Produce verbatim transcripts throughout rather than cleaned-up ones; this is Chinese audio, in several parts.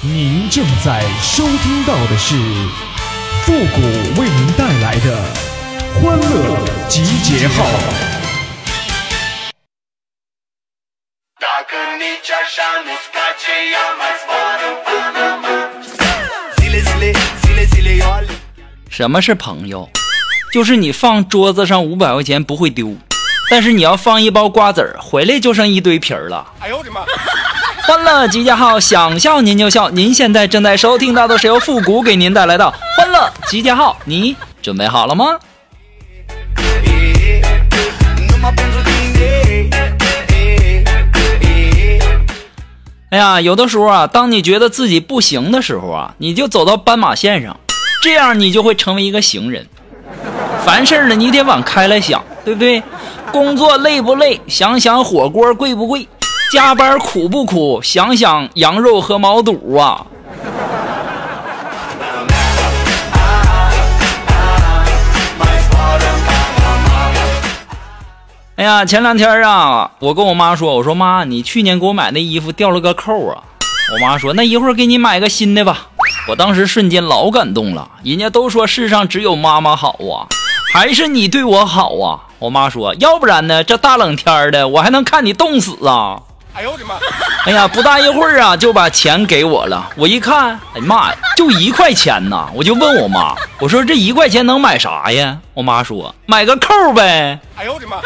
您正在收听到的是复古为您带来的欢乐集结号。 什么是朋友？就是你放桌子上五百块钱不会丢，但是你要放一包瓜子儿回来就剩一堆皮儿了。哎呦我的妈！欢乐集结号，想笑您就笑。您现在正在收听到的是由复古给您带来的欢乐集结号，你准备好了吗？哎呀，有的时候啊，当你觉得自己不行的时候啊，你就走到斑马线上，这样你就会成为一个行人。凡事呢，你得往开了想，对不对？工作累不累？想想火锅贵不贵？加班苦不苦？想想羊肉和毛肚啊！哎呀，前两天啊，我跟我妈说，我说妈，你去年给我买那衣服掉了个扣啊。我妈说，那一会儿给你买个新的吧。我当时瞬间老感动了，人家都说世上只有妈妈好啊，还是你对我好啊。我妈说，要不然呢，这大冷天的我还能看你冻死啊。哎呦我的妈！哎呀，不大一会儿啊，就把钱给我了。我一看，哎妈呀，就一块钱呐！我就问我妈，我说这一块钱能买啥呀？我妈说，买个扣呗。哎呦我的妈！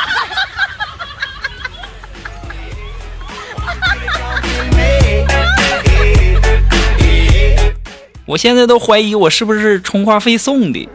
我现在都怀疑我是不是充话费送的。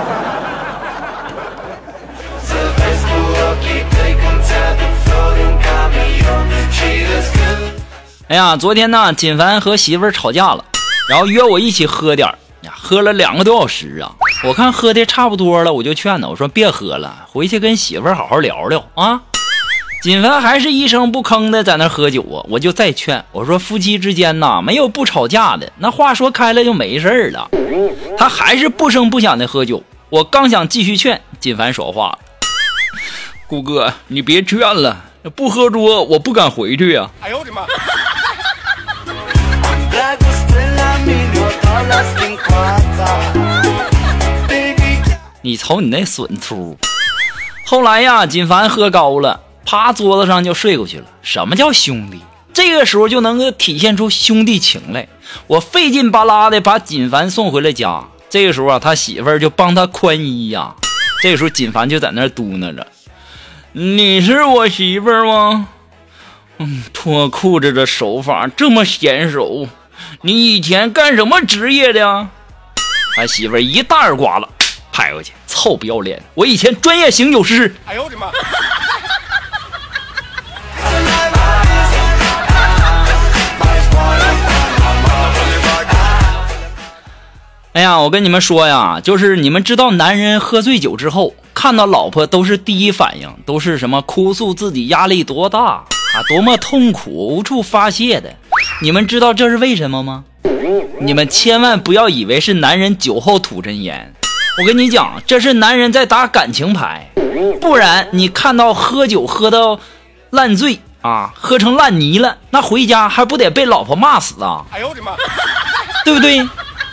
哎呀，昨天呢，锦凡和媳妇儿吵架了，然后约我一起喝点儿，喝了两个多小时啊。我看喝的差不多了，我就劝他，我说别喝了，回去跟媳妇儿好好聊聊啊。锦凡还是一声不吭的在那喝酒啊，我就再劝，我说夫妻之间呐，没有不吵架的，那话说开了就没事了。他还是不声不响的喝酒，我刚想继续劝，锦凡说话了，顾哥你别劝了，不喝多我不敢回去呀。哎呦我的妈！你瞅你那损粗。后来呀，锦凡喝高了，趴桌子上就睡过去了。什么叫兄弟？这个时候就能够体现出兄弟情来。我费劲巴拉的把锦凡送回了家，这个时候啊，他媳妇儿就帮他宽衣呀。这个时候锦凡就在那嘟囔着，你是我媳妇儿吗？嗯，脱裤子的手法这么娴熟，你以前干什么职业的呀？他媳妇儿一大耳刮子拍过去，臭不要脸！我以前专业醒酒师。哎呦我的妈！哎呀，我跟你们说呀，就是你们知道男人喝醉酒之后看到老婆都是第一反应都是什么？哭诉自己压力多大啊，多么痛苦无处发泄的。你们知道这是为什么吗？你们千万不要以为是男人酒后吐真言，我跟你讲，这是男人在打感情牌。不然你看到喝酒喝到烂醉啊，喝成烂泥了，那回家还不得被老婆骂死啊？哎呦我的妈，对不对？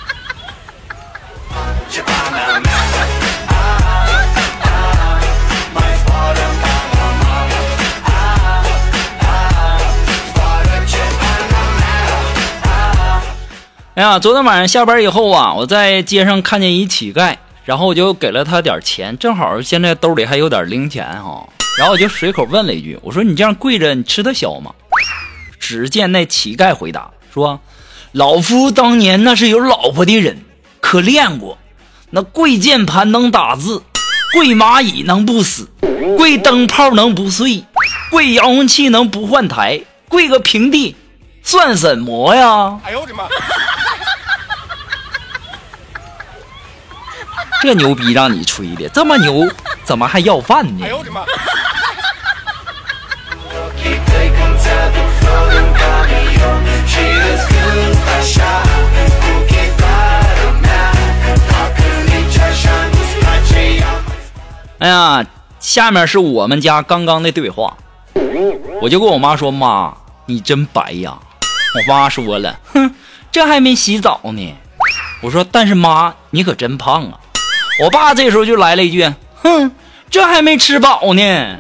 哎呀，昨天晚上下班以后啊，我在街上看见一乞丐，然后我就给了他点钱，正好现在兜里还有点零钱哈，然后我就随口问了一句，我说你这样跪着你吃得消吗？只见那乞丐回答说，老夫当年那是有老婆的人，可练过，那跪键盘能打字，跪蚂蚁能不死，跪灯泡能不碎，跪遥控器能不换台，跪个平地算什么呀？哎呦我的妈！这牛逼让你吹的这么牛，怎么还要饭呢？哎呦我的妈！哎呀，下面是我们家刚刚的对话，我就跟我妈说，妈，你真白呀。我妈说了，哼， 这还没洗澡呢。我说但是妈你可真胖啊。我爸这时候就来了一句，哼，这还没吃饱呢。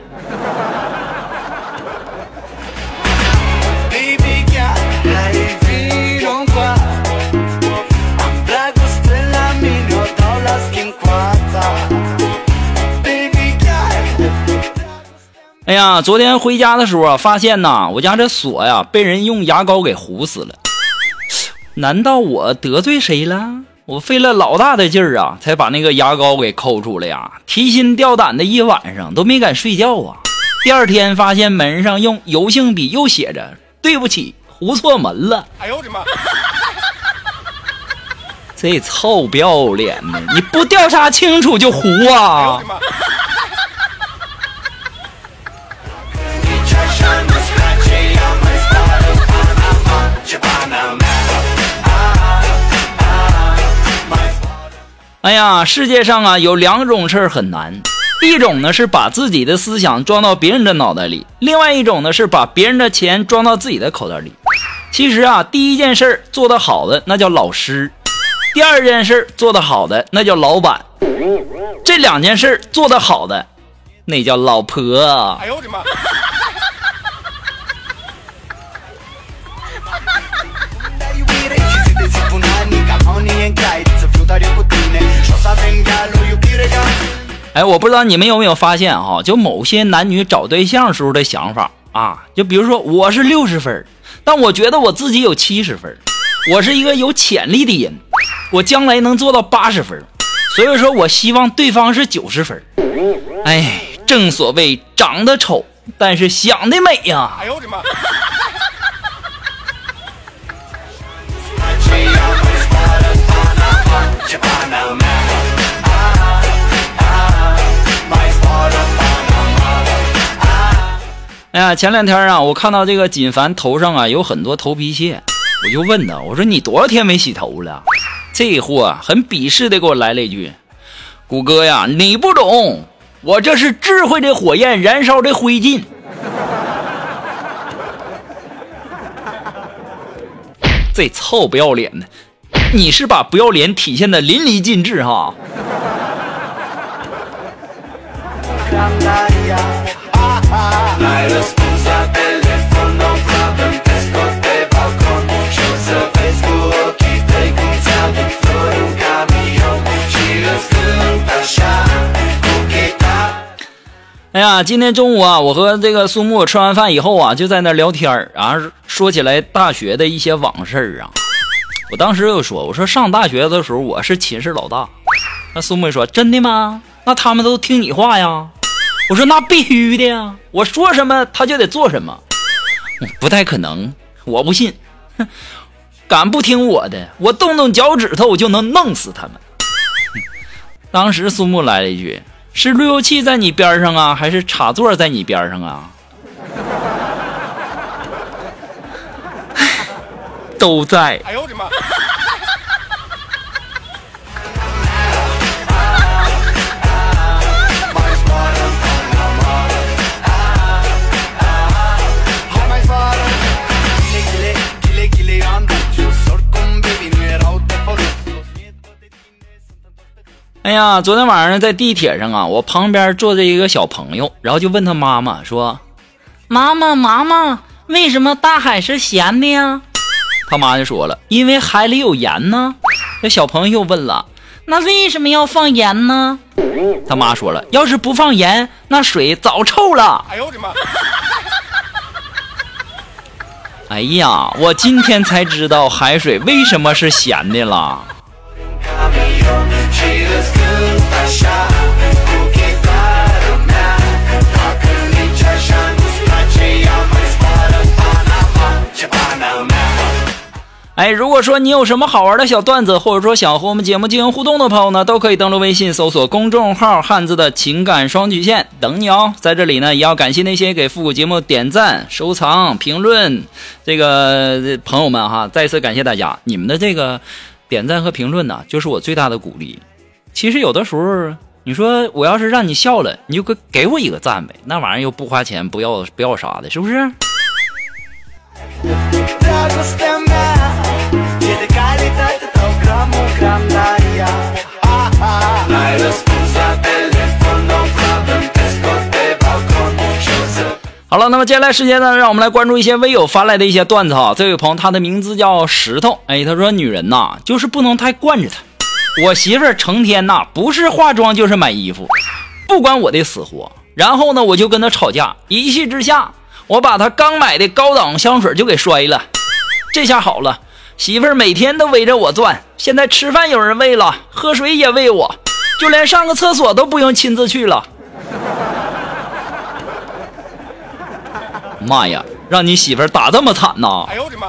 哎呀，昨天回家的时候啊，发现呐，我家这锁呀被人用牙膏给糊死了。难道我得罪谁了？我费了老大的劲儿啊，才把那个牙膏给抠出来呀，提心吊胆的一晚上都没敢睡觉啊。第二天发现门上用油性笔又写着对不起，糊错门了。哎呦我的妈！这臭不要脸的，你不调查清楚就糊啊！哎哎呀，世界上啊有两种事儿很难，一种呢是把自己的思想装到别人的脑袋里，另外一种呢是把别人的钱装到自己的口袋里。其实啊，第一件事做得好的那叫老师，第二件事做得好的那叫老板，这两件事做得好的那叫老婆。哎呦我的妈！哎，我不知道你们有没有发现哈、啊，就某些男女找对象时候的想法啊，就比如说我是六十分，但我觉得我自己有七十分，我是一个有潜力的人，我将来能做到八十分，所以说我希望对方是九十分。哎，正所谓长得丑，但是想得美呀、啊！哎呦我的妈！哎呀，前两天啊，我看到这个锦凡头上啊有很多头皮屑，我就问他，我说你多少天没洗头了？这货啊很鄙视的给我来了一句：“谷哥呀，你不懂，我这是智慧的火焰燃烧的灰烬。”这臭不要脸的，你是把不要脸体现的淋漓尽致哈。哎呀，今天中午啊，我和这个苏木吃完饭以后啊，就在那聊天啊，说起来大学的一些往事啊。我当时就说，我说上大学的时候我是寝室老大。那苏木说，真的吗？那他们都听你话呀？我说那必须的呀，我说什么他就得做什么。不太可能，我不信。敢不听我的，我动动脚趾头我就能弄死他们。当时苏木来了一句，是路由器在你边上啊，还是插座在你边上啊？都在。哎呦我的妈！哎呀，昨天晚上在地铁上啊，我旁边坐着一个小朋友，然后就问他妈妈说：“妈妈，妈妈，为什么大海是咸的呀？”他妈就说了：“因为海里有盐呢。”这小朋友又问了：“那为什么要放盐呢？”他妈说了：“要是不放盐，那水早臭了。”哎呦我的妈！哎呀，我今天才知道海水为什么是咸的了。哎，如果说你有什么好玩的小段子，或者说想和我们节目进行互动的朋友呢，都可以登录微信搜索公众号汉字的情感双曲线等你哦。在这里呢，也要感谢那些给复古节目点赞、收藏、评论这个朋友们哈，再次感谢大家，你们的这个点赞和评论呢，就是我最大的鼓励。其实有的时候你说我要是让你笑了，你就给给我一个赞呗，那玩意儿又不花钱，不要不要啥的，是不是？ 么接下来时间呢，让我们来关注一些微友发来的一些段子哈。这位朋友他的名字叫石头，哎，他说女人呐，就是不能太惯着她。我媳妇儿成天呐，不是化妆就是买衣服，不管我的死活。然后呢，我就跟她吵架，一气之下，我把她刚买的高档香水就给摔了。这下好了，媳妇儿每天都围着我转，现在吃饭有人喂了，喝水也喂我，就连上个厕所都不用亲自去了。妈呀，让你媳妇儿打这么惨呐！哎呦我的妈！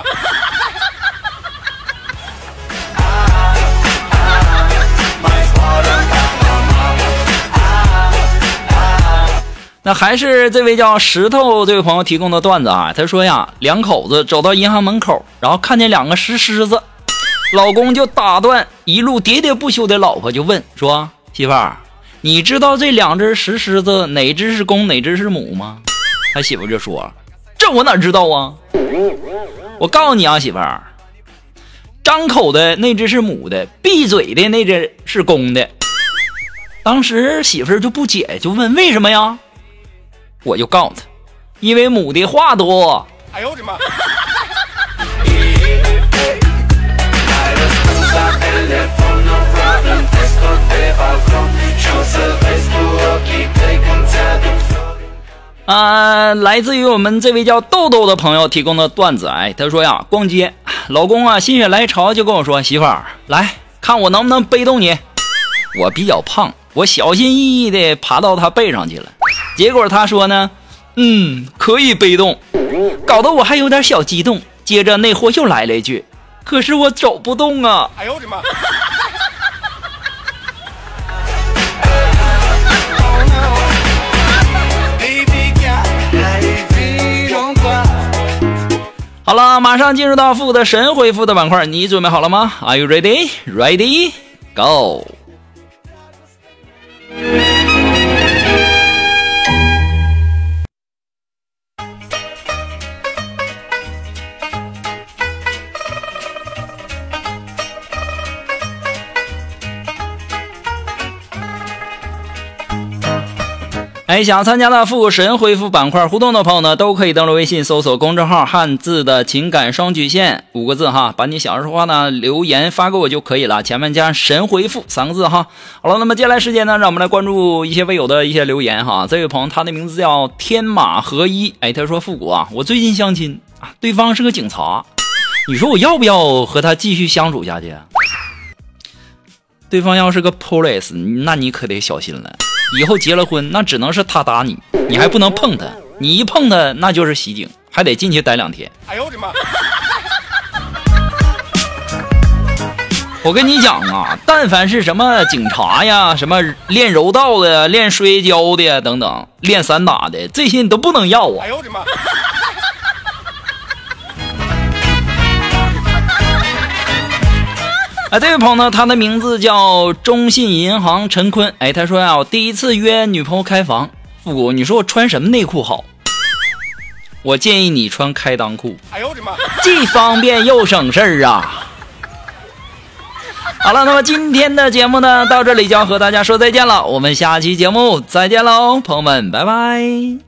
那还是这位叫石头这位朋友提供的段子啊，他说呀，两口子走到银行门口，然后看见两个石狮子，老公就打断一路喋喋不休的老婆，就问说，媳妇儿，你知道这两只石狮子哪只是公哪只是母吗？他媳妇就说，这我哪知道啊，我告诉你啊，媳妇儿，张口的那只是母的，闭嘴的那只是公的。当时媳妇儿就不解，就问为什么呀？我就告诉他，因为母的话多。哎呦我的妈！啊、呃，来自于我们这位叫豆豆的朋友提供的段子，哎，他说呀，逛街，老公啊心血来潮就跟我说，媳妇儿，来看我能不能背动你。我比较胖，我小心翼翼的爬到他背上去了，结果他说呢，嗯，可以背动，搞得我还有点小激动。接着那货又来了一句，可是我走不动啊！哎呦我的妈！好了，马上进入到复古的神回复的板块，你准备好了吗？ Are you ready? Ready? Go!哎，想参加到复古神回复板块互动的朋友呢，都可以登录微信搜索公众号汉字的情感双曲线五个字哈，把你想说话呢留言发给我就可以了，前面加神回复三个字哈。好了，那么接下来时间呢，让我们来关注一些微友的一些留言哈。这位朋友他的名字叫天马合一，哎，他说复古啊，我最近相亲啊，对方是个警察，你说我要不要和他继续相处下去？对方要是个 police， 那你可得小心了。以后结了婚，那只能是他打你，你还不能碰他，你一碰他那就是袭警，还得进去待两天。哎呦我的妈！我跟你讲啊，但凡是什么警察呀，什么练柔道的、练摔跤的等等，练散打的，这些你都不能要啊！哎呦我的妈！啊，这位朋友呢，他的名字叫中信银行陈坤。哎，他说呀，我第一次约女朋友开房，复古，你说我穿什么内裤好？我建议你穿开裆裤。哎呦我的妈！既方便又省事儿啊！好了，那么今天的节目呢，到这里就要和大家说再见了，我们下期节目再见喽，朋友们，拜拜。